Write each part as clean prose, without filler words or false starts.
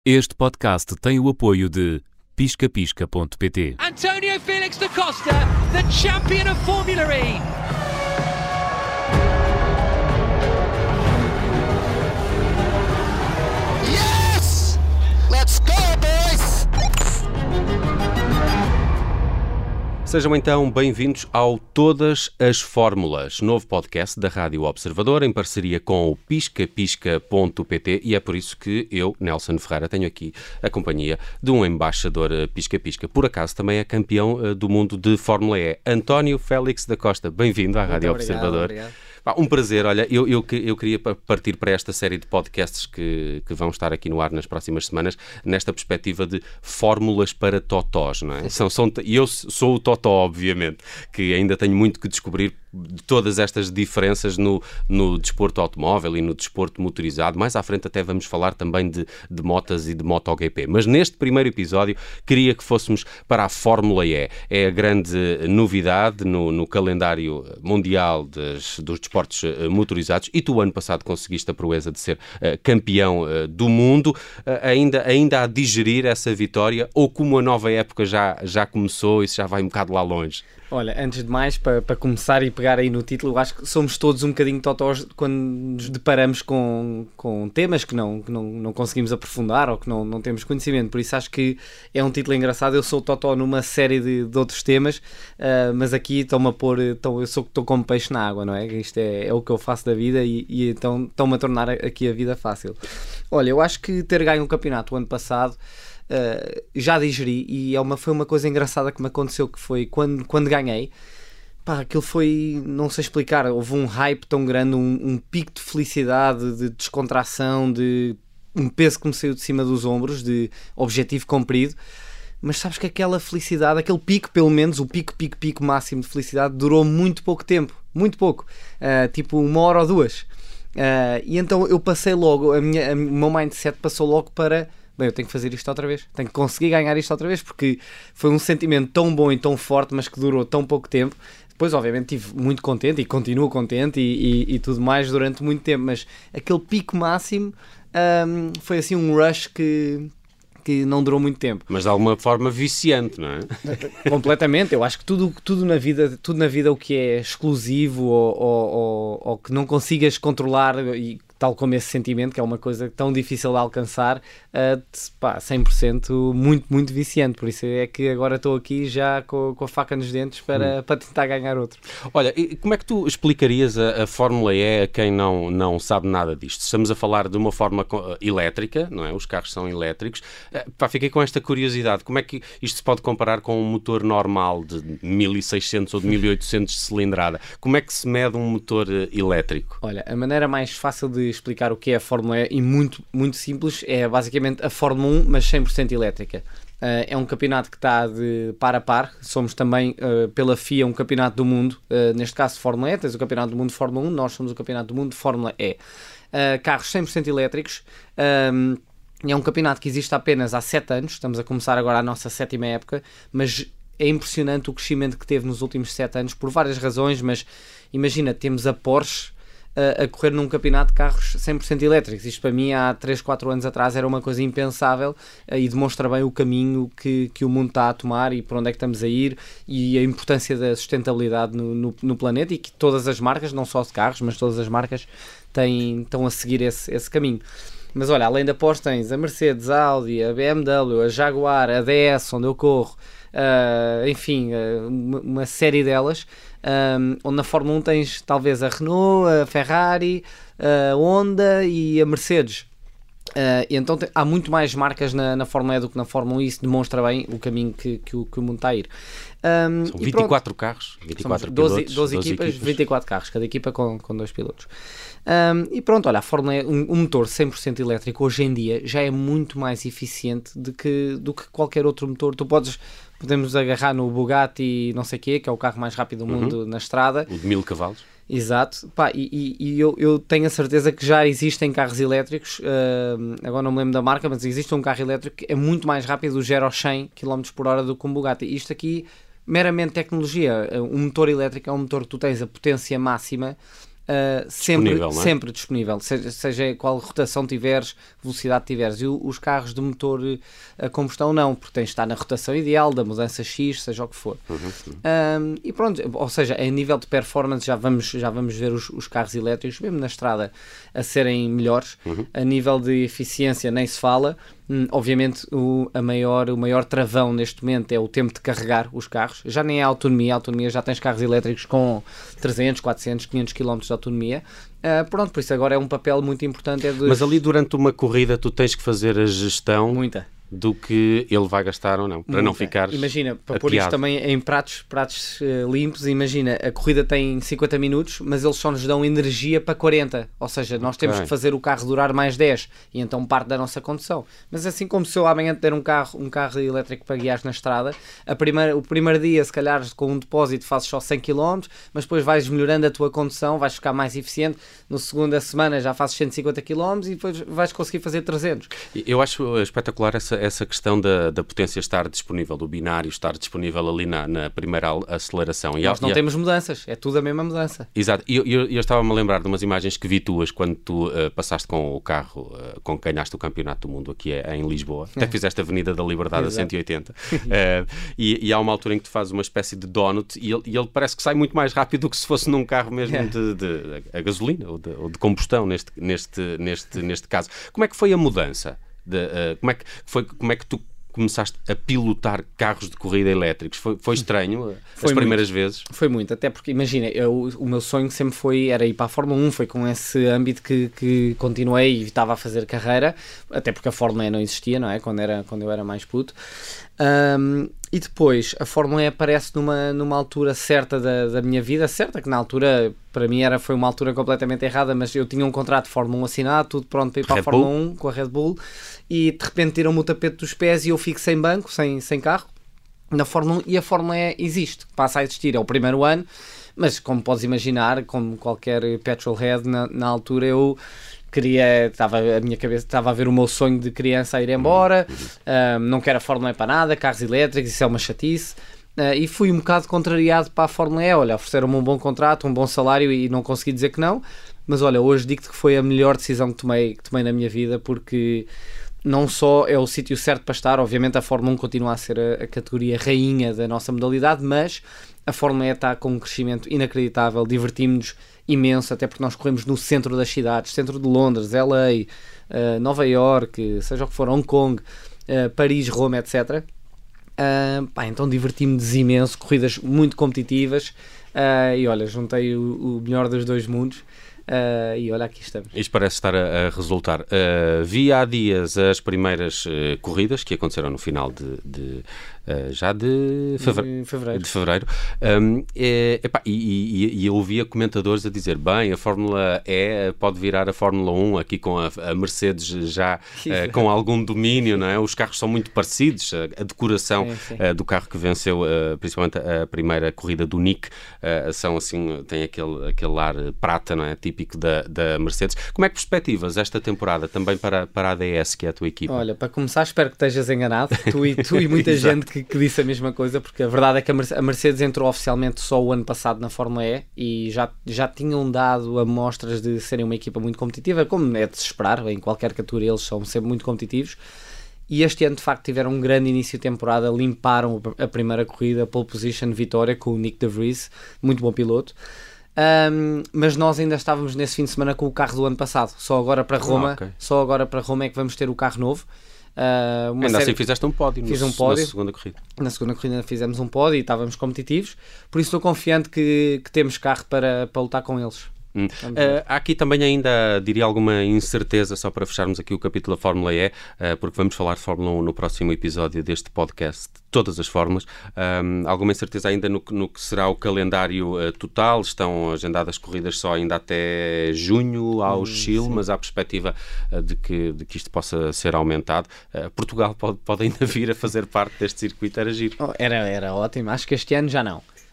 Este podcast tem o apoio de piscapisca.pt. António Félix da Costa, the champion of Formula E. Yes! Let's go, boys! Sejam então bem-vindos ao Todas as Fórmulas, novo podcast da Rádio Observador em parceria com o piscapisca.pt, e é por isso que eu, Nelson Ferreira, tenho aqui a companhia de um embaixador pisca-pisca. Por acaso também é campeão do mundo de Fórmula E, António Félix da Costa. Bem-vindo à Rádio Observador. Obrigado. Um prazer. Olha, eu queria partir para esta série de podcasts que vão estar aqui no ar nas próximas semanas, nesta perspectiva de fórmulas para totós, não é? E eu sou o totó, obviamente, que ainda tenho muito que descobrir de todas estas diferenças no desporto automóvel e no desporto motorizado. Mais à frente até vamos falar também de motas e de MotoGP. Mas neste primeiro episódio queria que fôssemos para a Fórmula E. É a grande novidade no calendário mundial dos desportos motorizados, e tu ano passado conseguiste a proeza de ser campeão do mundo. Ainda a digerir essa vitória, ou como a nova época já começou e já vai um bocado lá longe? Olha, antes de mais, para começar e pegar aí no título, eu acho que somos todos um bocadinho totós quando nos deparamos com temas que não conseguimos aprofundar ou que não temos conhecimento. Por isso acho que é um título engraçado. Eu sou totó numa série de outros temas, mas aqui estão-me a pôr... eu estou como peixe na água, não é? Isto é o que eu faço da vida e então estão-me a tornar aqui a vida fácil. Olha, eu acho que ter ganho um campeonato o ano passado... já digeri, e foi uma coisa engraçada que me aconteceu, que foi quando ganhei, aquilo foi, não sei explicar, houve um hype tão grande, um pico de felicidade, de descontração, de um peso que me saiu de cima dos ombros, de objetivo cumprido. Mas sabes que aquela felicidade, aquele pico, pelo menos o pico máximo de felicidade, durou muito pouco tempo, muito pouco, tipo 1 hora ou 2, e então eu passei logo, o meu mindset passou logo para... Bem, eu tenho que fazer isto outra vez, tenho que conseguir ganhar isto outra vez, porque foi um sentimento tão bom e tão forte, mas que durou tão pouco tempo. Depois, obviamente, estive muito contente e continuo contente e tudo mais durante muito tempo, mas aquele pico máximo foi assim um rush que não durou muito tempo. Mas de alguma forma viciante, não é? Completamente. Eu acho que tudo na vida o que é exclusivo ou que não consigas controlar, e tal como esse sentimento, que é uma coisa tão difícil de alcançar, 100% muito, muito viciante. Por isso é que agora estou aqui já com a faca nos dentes para tentar ganhar outro. Olha, e como é que tu explicarias a Fórmula E a quem não sabe nada disto? Estamos a falar de uma forma elétrica, não é? Os carros são elétricos. Fiquei com esta curiosidade. Como é que isto se pode comparar com um motor normal de 1600 ou de 1800 de cilindrada? Como é que se mede um motor elétrico? Olha, a maneira mais fácil de explicar o que é a Fórmula E, e muito, muito simples, é basicamente a Fórmula 1, mas 100% elétrica. É um campeonato que está de par a par. Somos também, pela FIA, um campeonato do mundo, neste caso de Fórmula E. Tens o campeonato do mundo de Fórmula 1, nós somos o campeonato do mundo de Fórmula E. Carros 100% elétricos. É um campeonato que existe apenas há 7 anos, estamos a começar agora a nossa 7ª época, mas é impressionante o crescimento que teve nos últimos 7 anos, por várias razões. Mas imagina, temos a Porsche a correr num campeonato de carros 100% elétricos. Isto para mim há 3, 4 anos atrás era uma coisa impensável, e demonstra bem o caminho que o mundo está a tomar e para onde é que estamos a ir, e a importância da sustentabilidade no planeta, e que todas as marcas, não só de carros, mas todas as marcas estão a seguir esse caminho. Mas olha, além da Porsche tens a Mercedes, a Audi, a BMW, a Jaguar, a DS, onde eu corro, uma série delas, onde na Fórmula 1 tens talvez a Renault, a Ferrari, a Honda e a Mercedes. E então há muito mais marcas na Fórmula E do que na Fórmula 1, e isso demonstra bem o caminho que o mundo está a ir. São 24 carros, 24 pilotos, 12 equipas, 24 carros, cada equipa com 2 pilotos. E pronto, olha, a Fórmula E, um motor 100% elétrico hoje em dia já é muito mais eficiente do que qualquer outro motor. Podemos agarrar no Bugatti não sei o quê, que é o carro mais rápido do mundo na estrada. O de 1000 cavalos. Exato. Eu tenho a certeza que já existem carros elétricos, agora não me lembro da marca, mas existe um carro elétrico que é muito mais rápido do 0 aos 100 km/h do que um Bugatti. Isto aqui, meramente tecnologia. Um motor elétrico é um motor que tu tens a potência máxima sempre disponível, seja qual rotação tiveres, velocidade tiveres. E os carros de motor a combustão não, porque tens de estar na rotação ideal, da mudança X, seja o que for. E pronto, ou seja, em nível de performance já vamos ver os carros elétricos, mesmo na estrada, a serem melhores. A nível de eficiência nem se fala. Obviamente o maior travão neste momento é o tempo de carregar os carros. Já nem é a autonomia já tens carros elétricos com 300, 400, 500 km de autonomia. Pronto, por isso agora é um papel muito importante. Mas ali durante uma corrida tu tens que fazer a gestão do que ele vai gastar ou não, para não ficar. Imagina, para pôr isto também em pratos limpos, imagina, a corrida tem 50 minutos, mas eles só nos dão energia para 40, ou seja, nós temos que fazer o carro durar mais 10, e então parte da nossa condução. Mas assim como se eu amanhã te der um carro elétrico para guiar na estrada, o primeiro dia, se calhar com um depósito fazes só 100 km, mas depois vais melhorando a tua condução, vais ficar mais eficiente, no segunda semana já fazes 150 km e depois vais conseguir fazer 300. Eu acho espetacular essa questão da potência estar disponível, do binário estar disponível ali na primeira aceleração. Nós não temos mudanças, é tudo a mesma mudança. Exato. Eu estava-me a lembrar de umas imagens que vi tuas quando tu passaste com o carro com que ganhaste o Campeonato do Mundo aqui em Lisboa. Até fizeste a Avenida da Liberdade a 180. E há uma altura em que tu fazes uma espécie de donut e ele parece que sai muito mais rápido do que se fosse num carro mesmo de a gasolina ou de combustão neste caso. Como é que foi a mudança? Como é que tu começaste a pilotar carros de corrida elétricos? Foi estranho as primeiras vezes? Foi muito, até porque imagina, o meu sonho sempre era ir para a Fórmula 1, foi com esse âmbito que continuei e estava a fazer carreira, até porque a Fórmula E não existia, não é? Quando eu era mais puto. E depois a Fórmula E aparece numa altura certa da minha vida, certa que na altura para mim foi uma altura completamente errada, mas eu tinha um contrato de Fórmula 1 assinado, tudo pronto para ir para a Fórmula 1 com a Red Bull, e de repente tiram-me o tapete dos pés e eu fico sem banco, sem carro na Fórmula 1, e a Fórmula E existe, passa a existir, é o primeiro ano, mas como podes imaginar, como qualquer petrolhead na altura, eu a minha cabeça estava a ver o meu sonho de criança a ir embora, não quero a Fórmula E para nada, carros elétricos, isso é uma chatice, e fui um bocado contrariado para a Fórmula E. Olha, ofereceram-me um bom contrato, um bom salário e não consegui dizer que não, mas olha, hoje digo-te que foi a melhor decisão que tomei na minha vida, porque não só é o sítio certo para estar, obviamente a Fórmula 1 continua a ser a categoria rainha da nossa modalidade, mas a Fórmula E está com um crescimento inacreditável, divertimos-nos imenso, até porque nós corremos no centro das cidades, centro de Londres, LA, Nova York, seja o que for, Hong Kong, Paris, Roma, etc. Então divertimos-nos imenso, corridas muito competitivas, e olha, juntei o melhor dos dois mundos. E olha, aqui estamos. Isto parece estar a resultar. Vi há dias as primeiras corridas que aconteceram no final de fevereiro. E eu ouvia comentadores a dizer, bem, a Fórmula E pode virar a Fórmula 1 aqui com a Mercedes já com algum domínio, não é? Os carros são muito parecidos, a decoração do carro que venceu, principalmente a primeira corrida do Nick, são assim, tem aquele ar prata, não é? Típico da Mercedes. Como é que perspectivas esta temporada também para a ADS, que é a tua equipa? Olha, para começar, espero que estejas enganado, tu e muita gente que disse a mesma coisa, porque a verdade é que a Mercedes entrou oficialmente só o ano passado na Fórmula E e já tinham dado amostras de serem uma equipa muito competitiva, como é de se esperar, em qualquer categoria eles são sempre muito competitivos, e este ano de facto tiveram um grande início de temporada, limparam a primeira corrida, pole position, vitória com o Nick de Vries, muito bom piloto. Mas nós ainda estávamos nesse fim de semana com o carro do ano passado, só agora para Roma é que vamos ter o carro novo. Assim fizeste um pódio, fiz um pódio na segunda corrida. Na segunda corrida fizemos um pódio e estávamos competitivos, por isso estou confiante que temos carro para lutar com eles. Há aqui também ainda, diria, alguma incerteza, só para fecharmos aqui o capítulo da Fórmula E, porque vamos falar de Fórmula 1 no próximo episódio deste podcast, de todas as fórmulas. Alguma incerteza ainda no que será o calendário total? Estão agendadas corridas só ainda até junho ao Chile, mas há a perspectiva de que isto possa ser aumentado. Portugal pode ainda vir a fazer parte deste circuito, era giro. Era ótimo, acho que este ano já não.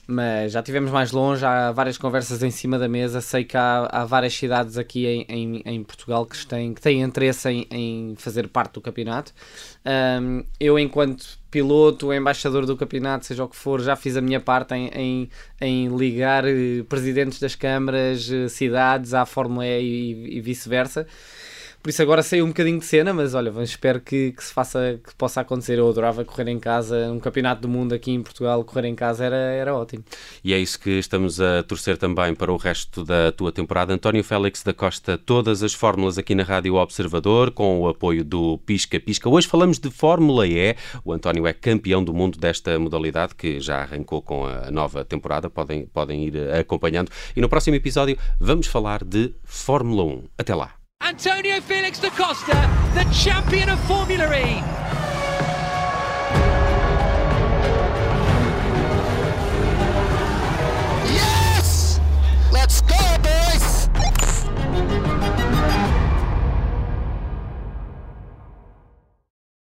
mas já estivemos mais longe, há várias conversas em cima da mesa. Sei que há várias cidades aqui em Portugal que têm interesse em fazer parte do campeonato. Eu, enquanto piloto, embaixador do campeonato, seja o que for, já fiz a minha parte em ligar presidentes das câmaras, cidades à Fórmula E e vice-versa. Por isso agora saiu um bocadinho de cena, mas olha, espero que possa acontecer. Eu adorava correr em casa, um campeonato do mundo aqui em Portugal, correr em casa era ótimo. E é isso que estamos a torcer também para o resto da tua temporada. António Félix da Costa, todas as fórmulas aqui na Rádio Observador, com o apoio do Pisca Pisca. Hoje falamos de Fórmula E. O António é campeão do mundo desta modalidade, que já arrancou com a nova temporada. Podem ir acompanhando. E no próximo episódio vamos falar de Fórmula 1. Até lá! Antonio Felix da Costa, the champion of Formula E.